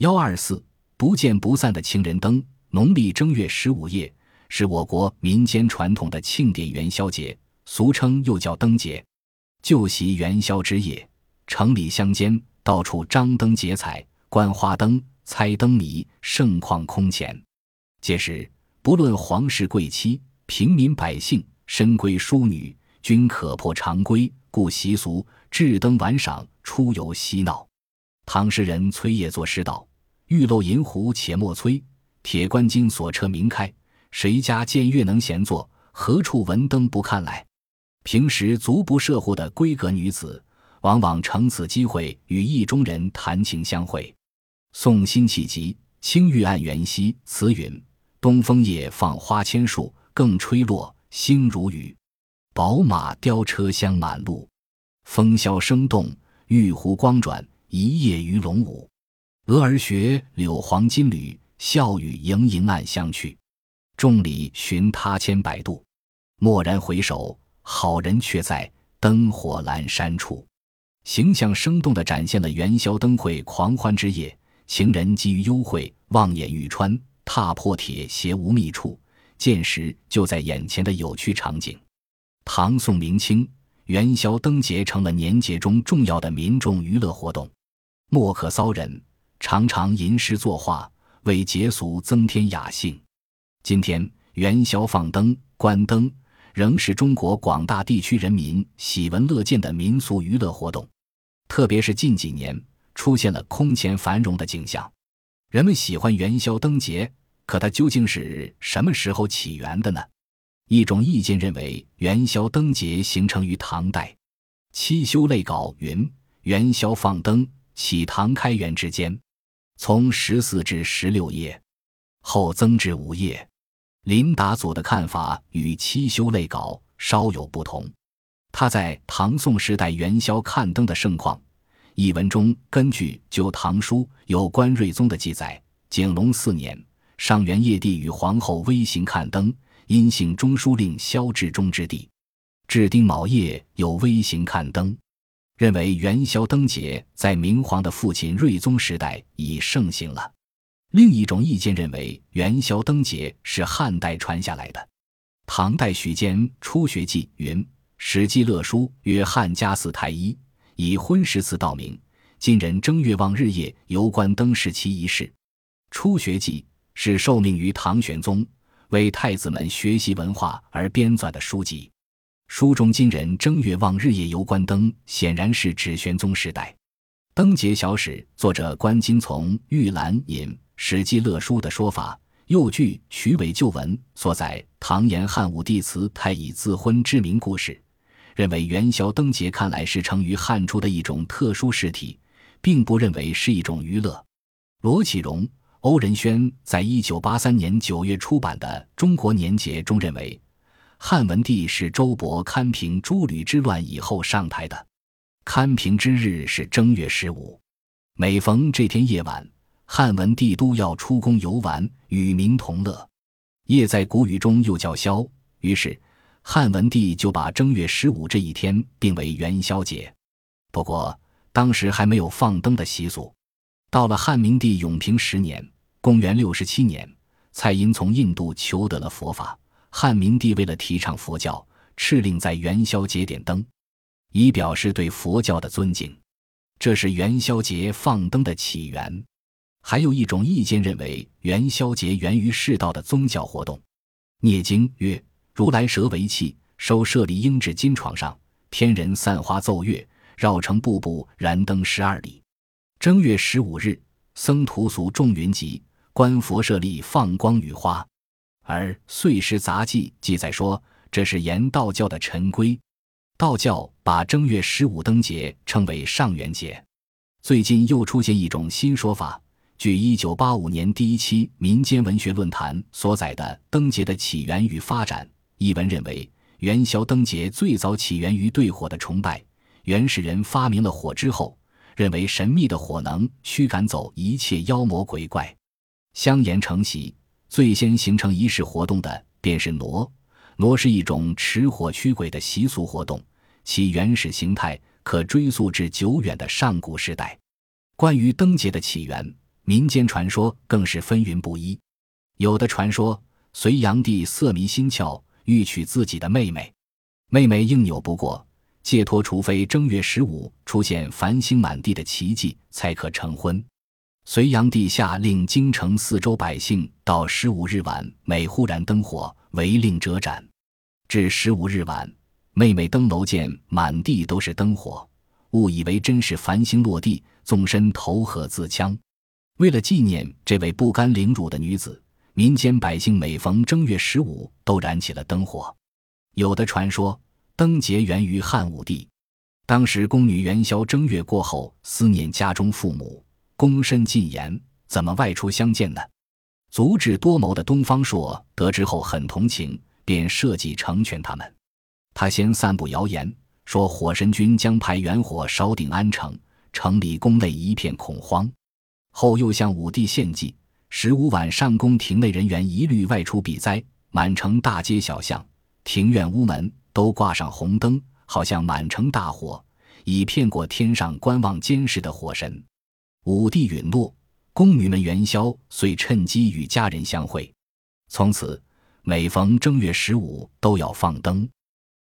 124不见不散的情人灯，农历正月15夜是我国民间传统的庆典元宵节，俗称又叫灯节。旧习元宵之夜，城里乡间到处张灯结彩，观花灯，猜灯谜，盛况空前。届时不论皇室贵戚、平民百姓、深闺淑女，均可破常规，故习俗，制灯玩赏，出游嬉闹。唐诗人崔烨作诗道：玉漏银壶且莫催，铁观金锁车鸣开。谁家见月能闲坐，何处闻灯不看来。平时足不涉户的闺阁女子，往往乘此机会与意中人谈情相会。宋辛弃疾《青玉案元夕》词云：东风夜放花千树，更吹落，星如雨。宝马雕车香满路，风箫声动，玉壶光转，一夜鱼龙舞。蛾儿学柳黄金缕，笑语盈盈暗香去。众里寻他千百度，蓦然回首，好人却在灯火阑珊处。形象生动地展现了元宵灯会狂欢之夜，情人基于幽会，望眼欲穿，踏破铁鞋无觅处，见时就在眼前的有趣场景。唐宋明清，元宵灯节成了年节中重要的民众娱乐活动。墨客骚人常常吟诗作画，为节俗增添雅兴。今天元宵放灯、观灯仍是中国广大地区人民喜闻乐见的民俗娱乐活动，特别是近几年出现了空前繁荣的景象。人们喜欢元宵灯节，可它究竟是什么时候起源的呢？一种意见认为，元宵灯节形成于唐代。七修类稿云：元宵放灯，起唐开元之间，从14至16夜，后增至5夜。林达祖的看法与七修类稿稍有不同。他在唐宋时代元宵看灯的盛况一文中，根据《旧唐书》有关睿宗的记载，景隆4年，上元夜帝与皇后微行看灯，因幸中书令萧至中之地，至丁卯夜有微行看灯，认为元宵灯节在明皇的父亲睿宗时代已盛行了。另一种意见认为，元宵灯节是汉代传下来的。唐代许坚《初学记》云：史记乐书曰汉家祀太一，以婚时辞道明，今人正月望日夜游观灯视其仪式。初学记是受命于唐玄宗，为太子们学习文化而编纂的书籍。书中今人正月望日夜游观灯，显然是指玄宗时代。灯节小史作者关金从玉兰引史记乐书的说法，又据曲尾旧文所载唐延汉武帝辞太乙自婚之名故事，认为元宵灯节看来是成于汉初的一种特殊事体，并不认为是一种娱乐。罗启荣、欧仁轩在1983年9月出版的《中国年节》中认为，汉文帝是周勃堪平诸吕之乱以后上台的，堪平之日是正月15，每逢这天夜晚，汉文帝都要出宫游玩，与民同乐。夜在古语中又叫宵，于是汉文帝就把正月15这一天定为元宵节。不过当时还没有放灯的习俗。到了汉明帝永平10年，公元67年，蔡因从印度求得了佛法，汉明帝为了提倡佛教，敕令在元宵节点灯，以表示对佛教的尊敬。这是元宵节放灯的起源。还有一种意见认为，元宵节源于世道的宗教活动。聂经曰：如来蛇为器，收舍利婴至金床上，天人散花奏乐，绕城步步燃灯12里。正月15日，僧徒俗众云集，观佛舍利放光与花。而《岁时杂记》记载说，这是沿道教的陈规。道教把正月15灯节称为上元节。最近又出现一种新说法，据1985年第一期民间文学论坛所载的《灯节的起源与发展》一文认为，元宵灯节最早起源于对火的崇拜。原始人发明了火之后，认为神秘的火能驱赶走一切妖魔鬼怪。相沿承袭，最先形成仪式活动的便是傩是一种持火驱鬼的习俗活动，其原始形态可追溯至久远的上古时代。关于灯节的起源， 民间传说更是纷纭不一。有的传说隋炀帝色迷心窍，欲娶自己的妹妹，妹妹应扭不过，借托除非正月15出现繁星满地的奇迹才可成婚。隋炀帝下令京城四周百姓到15日晚每忽然灯火，违令折斩。至15日晚，妹妹登楼见满地都是灯火，误以为真是繁星落地，纵身投河自戕。为了纪念这位不甘凌辱的女子，民间百姓每逢正月15都燃起了灯火。有的传说灯节源于汉武帝，当时宫女元宵正月过后思念家中父母，躬身进言，怎么外出相见呢？足智多谋的东方朔得知后很同情，便设计成全他们。他先散布谣言，说火神军将派元火烧定安城，城里宫内一片恐慌。后又向武帝献计，15晚上宫廷内人员一律外出避灾，满城大街小巷、庭院屋门都挂上红灯，好像满城大火，以骗过天上观望监视的火神。武帝允诺，宫女们元宵遂趁机与家人相会。从此每逢正月15都要放灯。